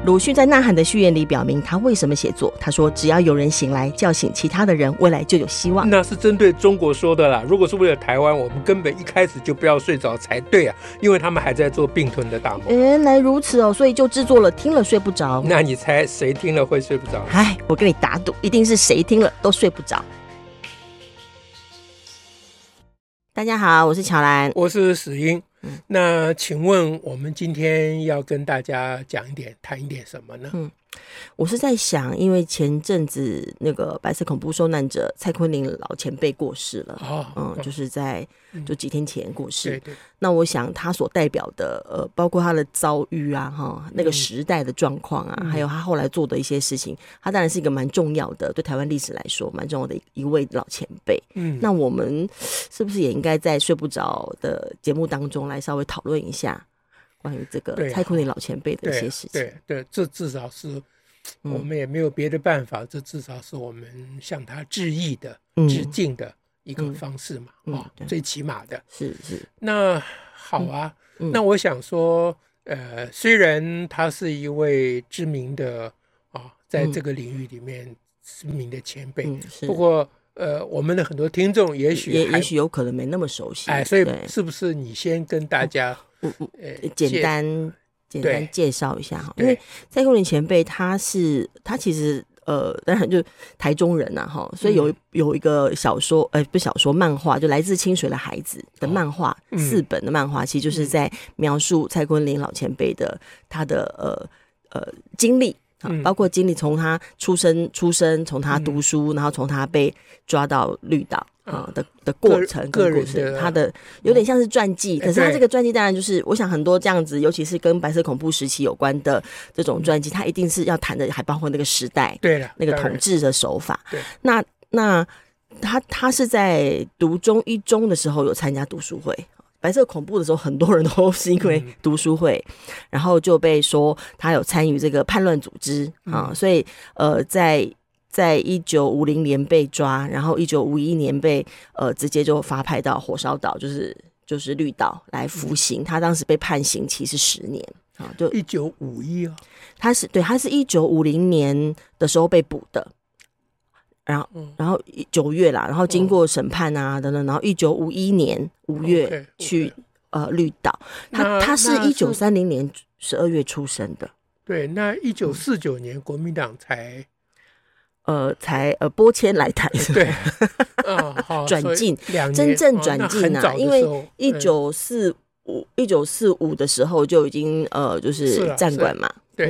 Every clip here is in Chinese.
鲁迅在《呐喊》的序言里表明他为什么写作，他说只要有人醒来叫醒其他的人，未来就有希望。 那是针对中国说的啦，如果是为了台湾，我们根本一开始就不要睡着才对啊，因为他们还在做并吞的大梦。 原来如此哦，所以就制作了听了睡不着。 那你猜谁听了会睡不着？ 哎，我跟你打赌，一定是谁听了都睡不着。大家好，我是乔兰， 我是史英。那请问我们今天要跟大家讲一点谈一点什么呢？ 我是在想，因为前阵子那个白色恐怖受难者蔡坤林老前辈过世了，就是在就几天前过世。 对， 那我想他所代表的包括他的遭遇啊，那个时代的状况啊，还有他后来做的一些事情，他当然是一个蛮重要的，对台湾历史来说蛮重要的一位老前辈。那我们是不是也应该在睡不着的节目当中来稍微讨论一下关于这个蔡坤林老前辈的一些事情？ 对，这至少是我们也没有别的办法，这至少是我们向他致意的、致敬的一个方式嘛，最起码的。是。那好啊，那我想说，虽然他是一位知名的在这个领域里面知名的前辈，不过我们的很多听众也许有可能没那么熟悉， 所以是不是你先跟大家简单介绍一下，因为蔡坤林前辈他其实当然就台中人啊，所以有一个小说不是小说，漫画，就来自清水的孩子的漫画，4本的漫画，其实就是在描述蔡坤林老前辈的他的经历。包括经历从他出生，从他读书，然后从他被抓到绿岛的过程跟故事，他的有点像是传记，可是他这个传记当然就是我想很多这样子，尤其是跟白色恐怖时期有关的这种传记，他一定是要谈的还包括那个时代，对了，那个统治的手法。那他是在读一中的时候有参加读书会。白色恐怖的时候，很多人都是因为读书会，然后就被说他有参与这个叛乱组织所以在1950年被抓，然后1951年被直接就发派到火烧岛，就是绿岛来服刑。他当时被判刑期是10年就 1951 他是1950年的时候被捕的。然后9月啦，然后经过审判啊等等，然后1951年5月去绿岛。他是1930年12月出生的。 对，那1949年国民党才拨迁来台， 对， 转进，真正转进啊，因为1945的时候就已经就是战管嘛。 对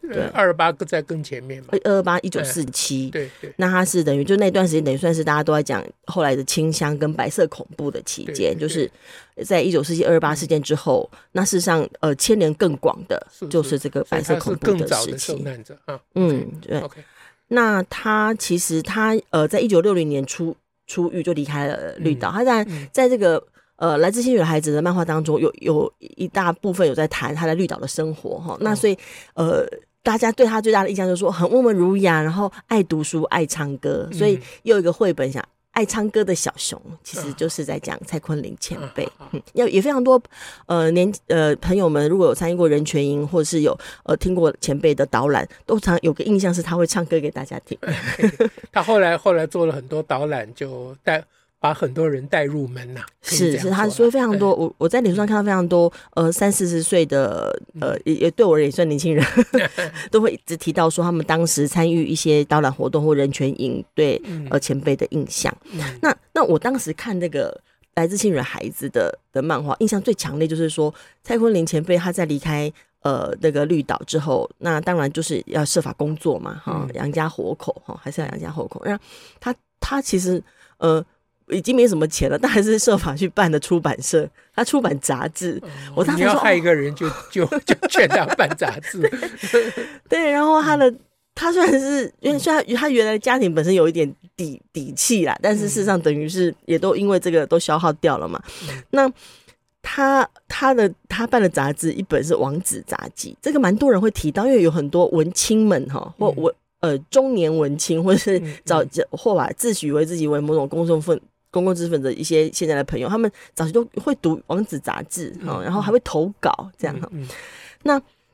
，228在更前面嘛 ，228 1947，对，那他是等于就那段时间等于算是大家都在讲后来的清乡跟白色恐怖的期间，就是在1947 228事件之后，那事实上牵连更广的就是这个白色恐怖的时期。对。那他其实他在1960年出狱就离开了绿岛，他在这个来自清水的孩子的漫画当中有一大部分有在谈他在绿岛的生活那所以大家对他最大的印象就是说很温文儒雅，然后爱读书爱唱歌，所以又有一个绘本想爱唱歌的小熊，其实就是在讲蔡坤林前辈。也非常多朋友们如果有参与过人权营，或者是有听过前辈的导览，都常有个印象是他会唱歌给大家听。 他后来做了很多导览，就把很多人带入门是他说非常多，我在脸书上看到非常多30-40岁的也对我也算年轻人都会一直提到说他们当时参与一些导览活动或人权营对前辈的印象。那我当时看那个来自清水的孩子的漫画，印象最强烈就是说蔡坤林前辈他在离开那个绿岛之后，那当然就是要设法工作嘛养家活口还是要养家活口。那他其实已经没什么钱了，但还是设法去办的出版社，他出版杂志。我当时说你要害一个人就劝他办杂志。 对，然后他虽然是因为虽然他原来家庭本身有一点底气啦，但是事实上等于是也都因为这个都消耗掉了嘛。那他办的杂志一本是《王子杂记》，这个蛮多人会提到，因为有很多文青们或中年文青，或者是或把自诩为自己为某种公共知识分子的一些现在的朋友，他们早期都会读《王子杂志》然后还会投稿这样那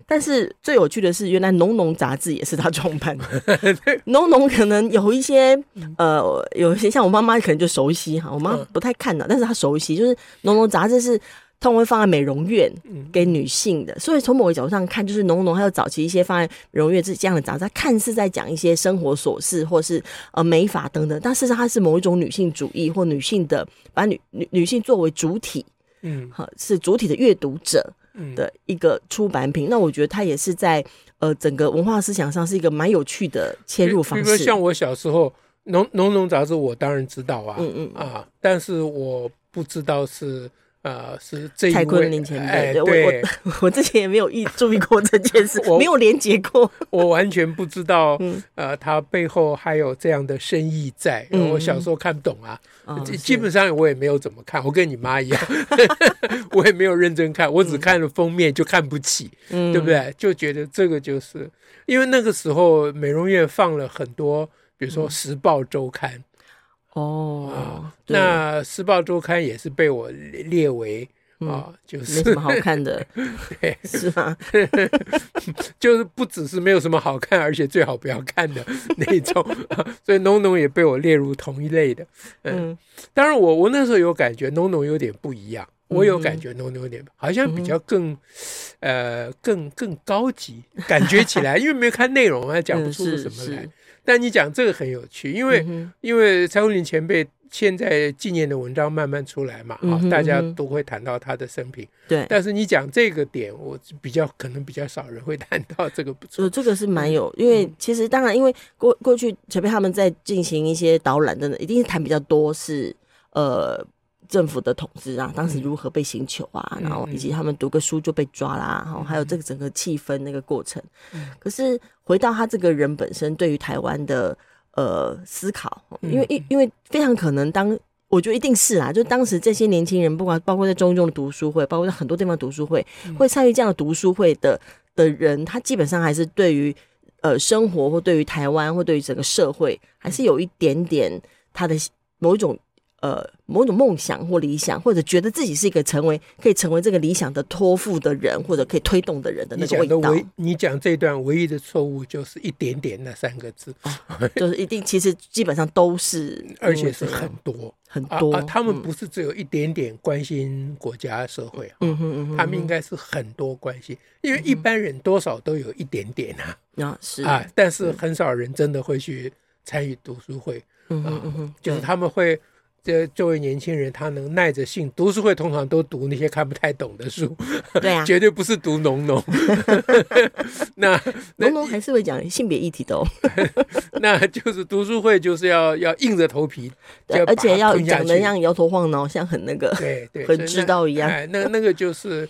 但是最有趣的是，原来农农杂志也是他创办的。农农可能有一些有一些像我妈妈可能就熟悉哈，我妈不太看的，但是她熟悉，就是农农杂志是通常会放在美容院给女性的，所以从某个角度上看，就是农农还有早期一些放在美容院这样的杂志，它看似在讲一些生活琐事或是美发等等，但事实上它是某一种女性主义或女性的把女性作为主体，是主体的阅读者的一个出版品。那我觉得它也是在整个文化思想上是一个蛮有趣的切入方式。 比如说像我小时候农杂志我当然知道啊，但是我不知道是这一位蔡坤林前辈。 对， 我之前也没有注意过这件事，没有连结过。 我完全不知道他背后还有这样的深意在。我小时候看不懂啊，基本上我也没有怎么看，我跟你妈一样我也没有认真看，我只看了封面就看不起，对不对？就觉得这个就是因为那个时候美容院放了很多比如说《时报周刊》那《时报周刊》也是被我列为就是没什么好看的对， 是吗？ 就是不只是没有什么好看，而且最好不要看的那种所以农农也被我列入同一类的。当然我那时候有感觉农农有点不一样，我有感觉农农有点好像比较更高级，感觉起来因为没有看内容啊，讲不出什么来。但你讲这个很有趣，因为蔡坤林前辈现在纪念的文章慢慢出来嘛，大家都会谈到他的生平。对，但是你讲这个点，我可能比较少人会谈到这个不错。 这个是蛮有，因为其实当然，因为过去前辈他们在进行一些导览，真的一定是谈比较多是政府的统治啊，当时如何被刑求啊，然后以及他们读个书就被抓啦，还有这个整个气氛那个过程。可是回到他这个人本身对于台湾的思考，因为非常可能我觉得一定是啦，就当时这些年轻人，包括在中的读书会，包括在很多地方读书会，会参与这样的读书会的人，他基本上还是对于生活或对于台湾或对于整个社会，还是有一点点他的某种梦想或理想，或者觉得自己是一个可以成为这个理想的托付的人，或者可以推动的人的那个味道。 你讲这段唯一的错误就是一点点那3个字， 就是一定，其实基本上都是， 而且是很多很多。 他们不是只有一点点关心国家社会，他们应该是很多关心，因为一般人多少都有一点点是但是很少人真的会去参与读书会，就是他们会。作为年轻人，他能耐着性读书会，通常都读那些看不太懂的书， 对啊， 绝对不是读农农。那农农还是会讲性别议题的那就是读书会就是要硬着头皮， 而且要讲得像摇头晃脑，像很那个对很知道一样。 那个就是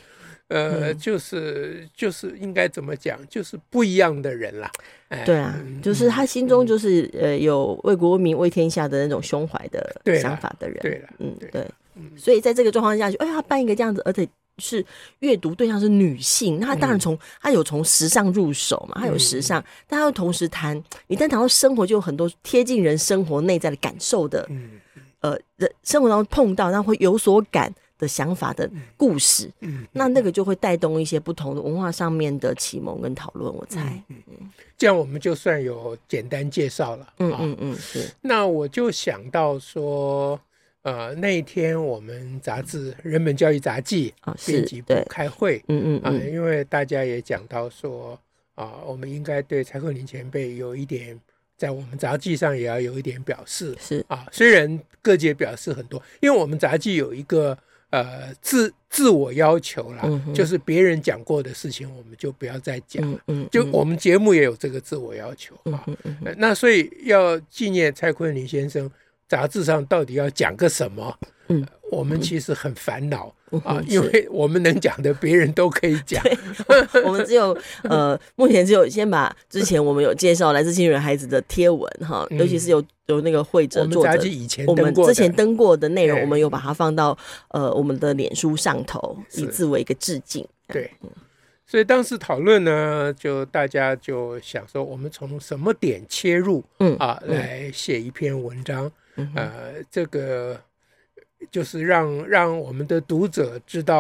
就是应该怎么讲，就是不一样的人啦。 对啊，就是他心中就是有为国为民为天下的那种胸怀的想法的人。 对了， 对，所以在这个状况下去，他办一个这样子，而且是阅读对象是女性，那他当然他有从时尚入手嘛，他有时尚，但他又同时一旦谈到生活，就有很多贴近人生活内在的感受的，生活当中碰到，然后会有所感的想法的故事，那个就会带动一些不同的文化上面的启蒙跟讨论，我猜。 这样我们就算有简单介绍了。 是。 那我就想到说，那一天我们杂志《人本教育杂记》编辑部开会，因为大家也讲到说，我们应该对蔡坤林前辈有一点。在我们杂技上也要有一点表示， 是虽然各界表示很多，因为我们杂技有一个自我要求啦，就是别人讲过的事情我们就不要再讲了，就我们节目也有这个自我要求那所以要纪念蔡坤林先生，杂志上到底要讲个什么？我们其实很烦恼因为我们能讲的别人都可以讲我们只有目前只有先把之前我们有介绍来自新人孩子的贴文尤其是有那个会者作者我们之前登过的内容，我们有把它放到我们的脸书上头，以自为一个致敬。 对，所以当时讨论呢，就大家就想说我们从什么点切入来写一篇文章，这个就是让我们的读者知道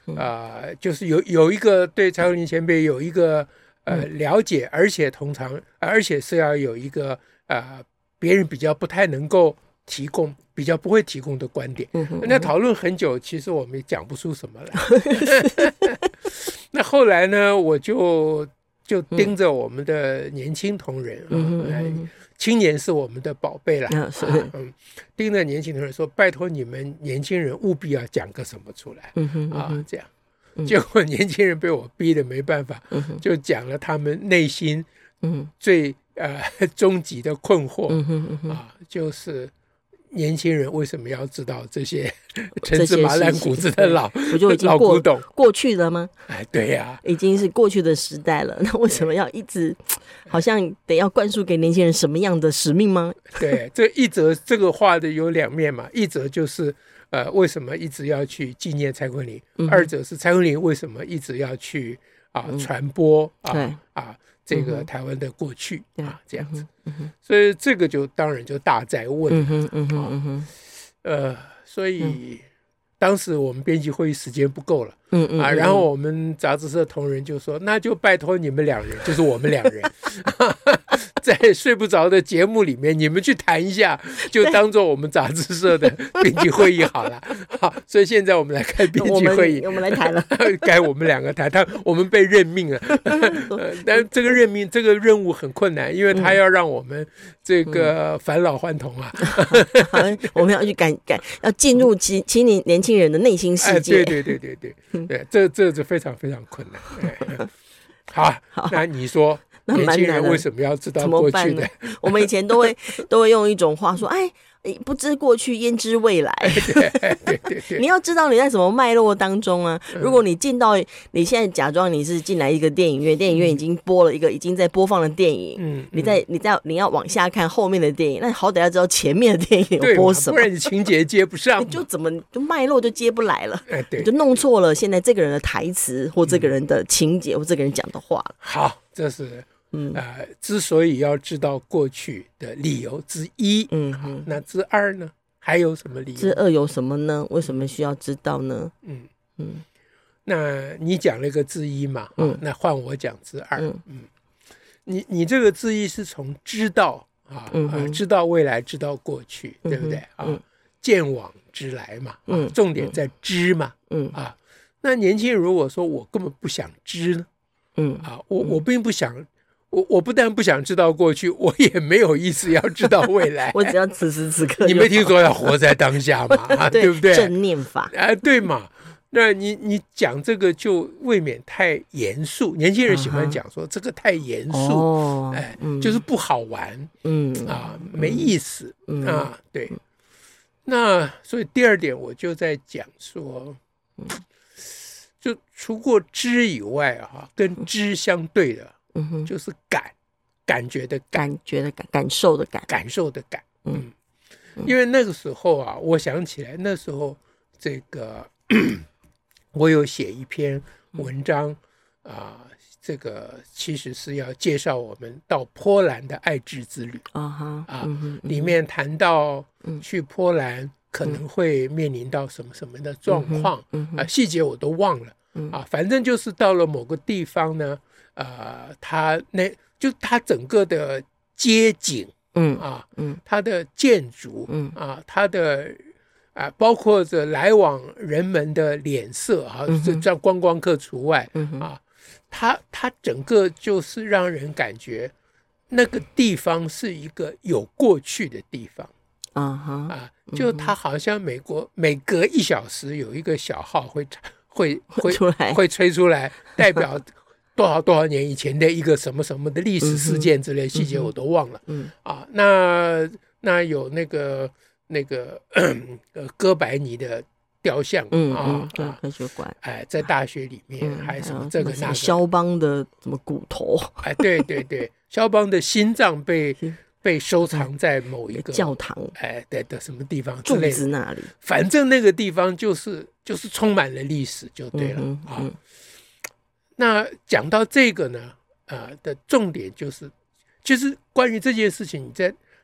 就是有一个对蔡慧玲前辈有一个了解，而且是要有一个别人比较不太能够提供、比较不会提供的观点。那讨论很久，其实我们也讲不出什么来。那后来呢，我就盯着我们的年轻同仁青年是我们的宝贝啦，盯着年轻同仁说：“拜托你们年轻人务必要讲个什么出来这样。”结果年轻人被我逼得没办法，就讲了他们内心最终极的困惑就是年轻人为什么要知道这些陈芝麻烂谷子的老古董过去了吗？ 对呀， 已经是过去的时代了。那为什么要一直好像得要灌输给年轻人什么样的使命吗？ 对，这个话的有两面嘛，一则就是为什么一直要去纪念蔡慧玲，二者是蔡慧玲为什么一直要去传播这个台湾的过去这样子，所以这个当然就大在问所以当时我们编辑会议时间不够了然后我们杂志社同仁就说，那就拜托你们两人，就是我们两人在睡不着的节目里面你们去谈一下，就当做我们杂志社的编辑会议好了。好，所以现在我们来开编辑会议， 我们来谈了该我们两个谈，我们被任命了但这个任务很困难，因为他要让我们这个返老还童我们要去要进入年轻人的内心世界对，这是非常非常困难好，那你说年轻人为什么要知道过去的？ 我们以前都会用一种话说，不知过去焉知未来对你要知道你在什么脉络当中啊。如果你进到你现在假装你是进来一个电影院，电影院已经播了一个已经在播放的电影你要往下看后面的电影，那好歹要知道前面的电影有播什么， 不然你情节接不上就脉络就接不来了你就弄错了现在这个人的台词或这个人的情节或这个人讲的话了好，这是之所以要知道过去的理由之一那之二呢？还有什么理由？ 之二有什么呢？为什么需要知道呢？ 那你讲了一个之一嘛那换我讲之二你这个之一是从知道知道未来知道过去对不对见往知来嘛重点在知嘛那年轻人如果说我根本不想知呢我并不想我不但不想知道过去，我也没有意思要知道未来我只要此时此刻。 你没听说要活在当下嘛对不对？ 正念法对嘛。那你讲这个就未免太严肃，年轻人喜欢讲说这个太严肃就是不好玩没意思对。那所以第二点我就在讲说就除过知以外跟知相对的就是感觉的感受的感因为那个时候我想起来那时候这个我有写一篇文章这个其实是要介绍我们到波兰的爱智之旅里面谈到去波兰可能会面临到什么什么的状况细节我都忘了反正就是到了某个地方呢它整个的街景它的建筑它的包括着来往人们的脸色这观光客除外它整个就是让人感觉那个地方是一个有过去的地方就它好像每隔1小时有一个小号会吹出来代表多少年以前的一个什么什么的历史事件之类细节我都忘了那有那个哥白尼的雕像科学馆在大学里面还有什么这个那个肖邦的什么骨头对肖邦的心脏被收藏在某一个教堂的什么地方之类的柱子那里， 反正那个地方就是充满了历史就对了那讲到这个呢的重点就是关于这件事情，你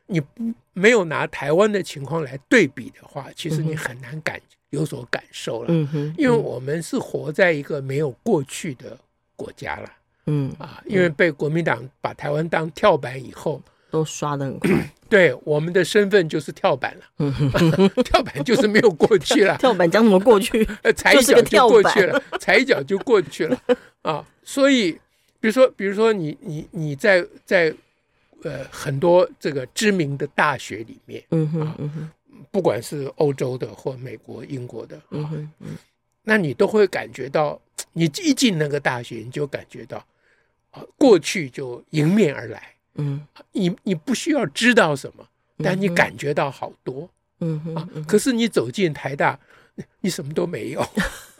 你没有拿台湾的情况来对比的话，其实你很难有所感受了。因为我们是活在一个没有过去的国家了。因为被国民党把台湾当跳板以后， 都刷得很快。 对，我们的身份就是跳板了。跳板就是没有过去了。 跳板讲什么过去？ 踩一脚就过去了，踩一脚就过去了啊！所以，比如说你在很多这个知名的大学里面，不管是欧洲的或美国、英国的，那你都会感觉到，你一进那个大学，你就感觉到，过去就迎面而来。你不需要知道什么，但你感觉到好多。可是你走进台大，你什么都没有。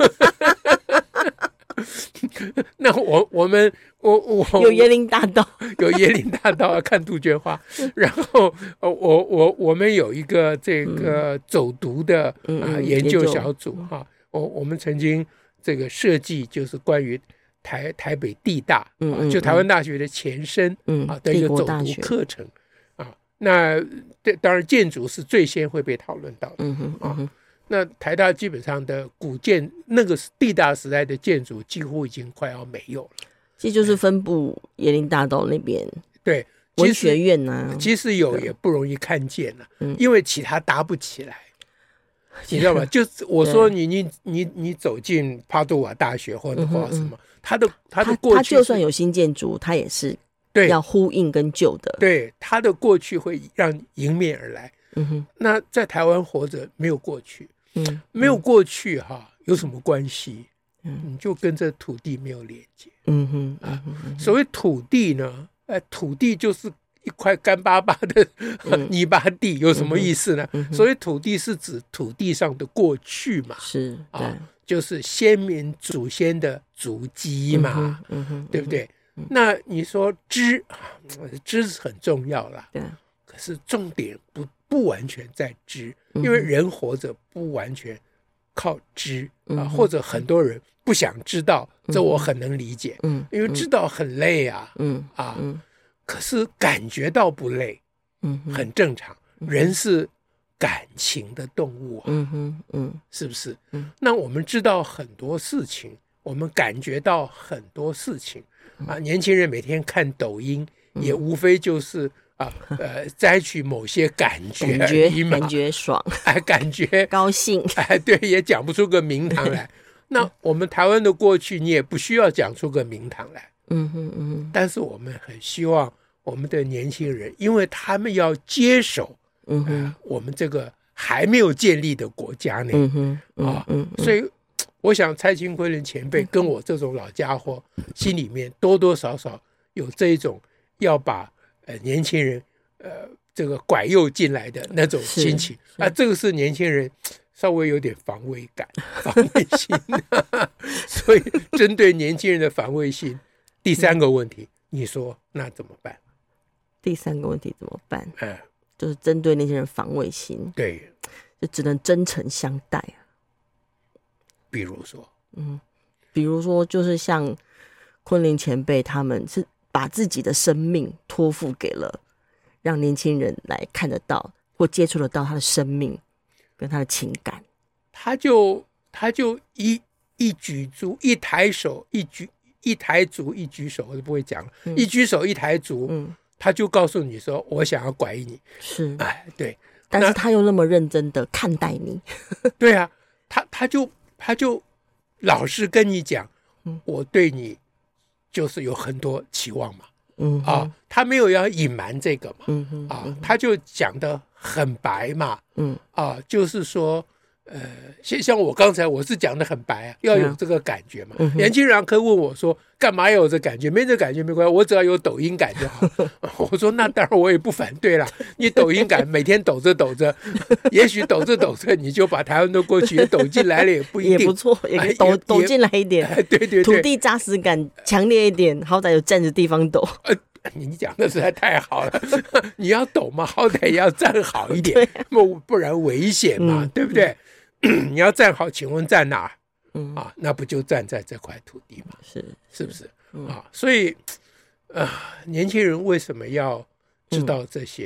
那我们有椰林大道， 有椰林大道要看杜鹃花，然后我们有一个这个走读的研究小组哈，我们曾经这个设计就是关于台北地大就台湾大学的前身的一个走读课程那当然建筑是最先会被讨论到的那台大基本上的古建，那个地大时代的建筑几乎已经快要没有了。 其实就是分布椰林大道那边， 对， 文学院其实有也不容易看见了，因为其他搭不起来，你知道吗？就我说你走进帕多瓦大学或者什么，它的过去，它就算有新建筑，它也是要呼应跟旧的， 对，它的过去会让迎面而来。那在台湾活着没有过去。没有过去有什么关系？你就跟这土地没有连接。所谓土地呢，土地就是一块干巴巴的泥巴地，有什么意思呢？所谓土地是指土地上的过去嘛， 是就是先民祖先的足迹嘛，对不对？那你说知很重要啦，对，可是重点不完全在知，因为人活着不完全靠知或者很多人不想知道，这我很能理解，因为知道很累可是感觉到不累，很正常，人是感情的动物是不是？那我们知道很多事情，我们感觉到很多事情年轻人每天看抖音也无非就是摘取某些感觉爽，感觉高兴， 对，也讲不出个名堂来。那我们台湾的过去，你也不需要讲出个名堂来，但是我们很希望我们的年轻人，因为他们要接手，我们这个还没有建立的国家呢，所以我想蔡清坤的前辈跟我这种老家伙，心里面多多少少有这一种要把年轻人这个拐诱进来的那种心情这个是年轻人稍微有点防卫感、防卫心所以针对年轻人的防卫心，第三个问题，你说那怎么办？ 第三个问题怎么办？就是针对那些人防卫心， 对， 就只能真诚相待比如说， 就是像昆凌前辈他们是把自己的生命托付给了让年轻人来看得到或接触得到他的生命跟他的情感， 他就一举足，一抬手，一抬足，一举手，我就不会讲了，一举手一抬足，他就告诉你说我想要拐你， 是， 对， 但是他又那么认真的看待你对啊，他就老实跟你讲，我对你就是有很多期望嘛，他没有要隐瞒这个嘛，他就讲得很白嘛，就是说，像我刚才我是讲得很白要有这个感觉嘛。年轻人可以问我说，干嘛有这感觉？没这感觉没关系，我只要有抖音感就好。我说那当然我也不反对啦，你抖音感每天抖着抖着，也许抖着抖着你就把台湾的过去也抖进来了，也不一定， 也不错，也抖进来一点， 对， 土地扎实感强烈一点，好歹有站着地方抖。 你讲的实在太好了，你要抖嘛，好歹也要站好一点，不然危险嘛，对不对？你要站好，请问站哪？那不就站在这块土地吗？是不是？所以年轻人为什么要知道这些？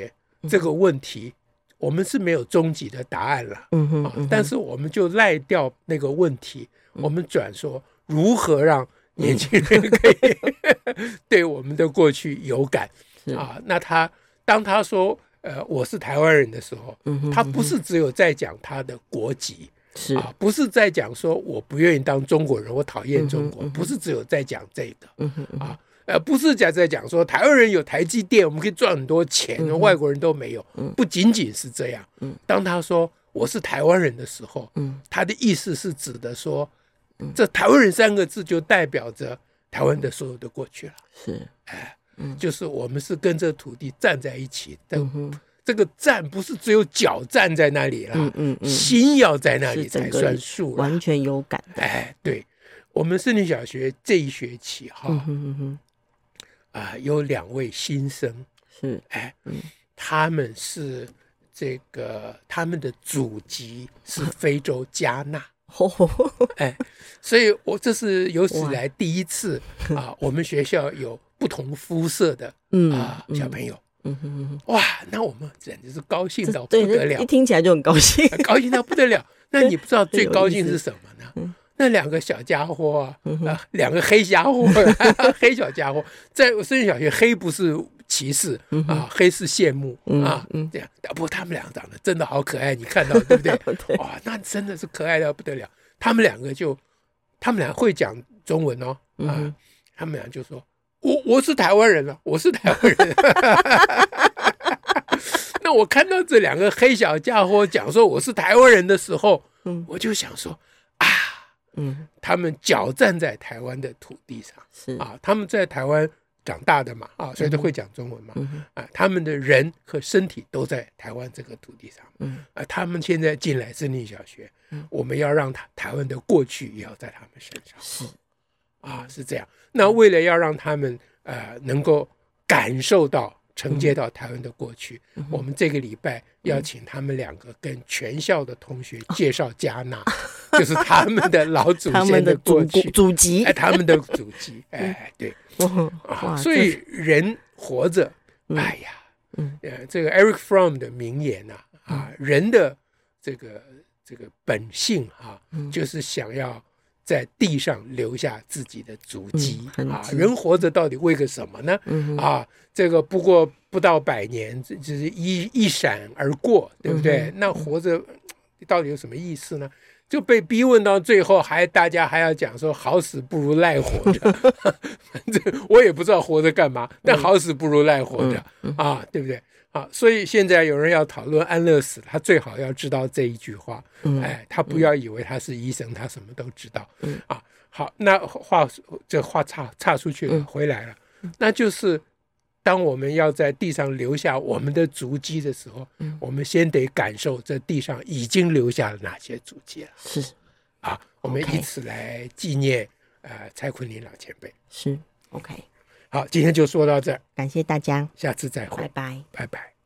这个问题我们是没有终极的答案了，但是我们就赖掉那个问题，我们转说如何让年轻人可以对我们的过去有感那当他说我是台湾人的时候，他不是只有在讲他的国籍，不是在讲说我不愿意当中国人，我讨厌中国，不是只有在讲这个不是在讲说台湾人有台积电，我们可以赚很多钱，外国人都没有，不仅仅是这样。当他说我是台湾人的时候，他的意思是指的说，这台湾人3个字就代表着台湾的所有的过去了。就是我们是跟这土地站在一起的，这个站不是只有脚站在那里啦，心要在那里才算数， 完全有感。 对，我们森林小学这一学期有2位新生，他们是他们的祖籍是非洲加纳。所以这是有史以来第一次我们学校有不同肤色的小朋友。哇，那我们简直是高兴到不得了， 一听起来就很高兴， 高兴到不得了。那你不知道最高兴是什么呢？那2个小家伙2个黑家伙黑小家伙，在我森林小学，黑不是歧视黑是羡慕这样。不过他们2个长得真的好可爱，你看到对不对？哇，那真的是可爱到不得了。他们俩会讲中文他们俩就说我是台湾人了，我是台湾人。那我看到这2个黑小家伙讲说我是台湾人的时候，我就想说他们脚站在台湾的土地上，他们在台湾长大的嘛，所以都会讲中文嘛，他们的人和身体都在台湾这个土地上，他们现在进来森林小学，我们要让台湾的过去也要在他们身上，是这样。那为了要让他们能够感受到承接到台湾的过去，我们这个礼拜要请他们2个跟全校的同学介绍加纳，就是他们的老祖先的过去祖籍， 他们的祖籍，对，所以人活着，这个 Eric Fromm 的名言人的这个本性就是想要在地上留下自己的足迹人活着到底为个什么呢？这个不到100年，就是一闪而过，对不对？那活着到底有什么意思呢？就被逼问到最后，大家还要讲说好死不如赖活着。反正我也不知道活着干嘛，但好死不如赖活着对不对？所以现在有人要讨论安乐死，他最好要知道这一句话，他不要以为他是医生，他什么都知道好，那这话岔出去了，回来了，那就是当我们要在地上留下我们的足迹的时候，我们先得感受这地上已经留下了哪些足迹了。我们以此来纪念蔡坤林老前辈。 OK。 好，今天就说到这儿， 感谢大家， 下次再会， 拜拜， 拜拜。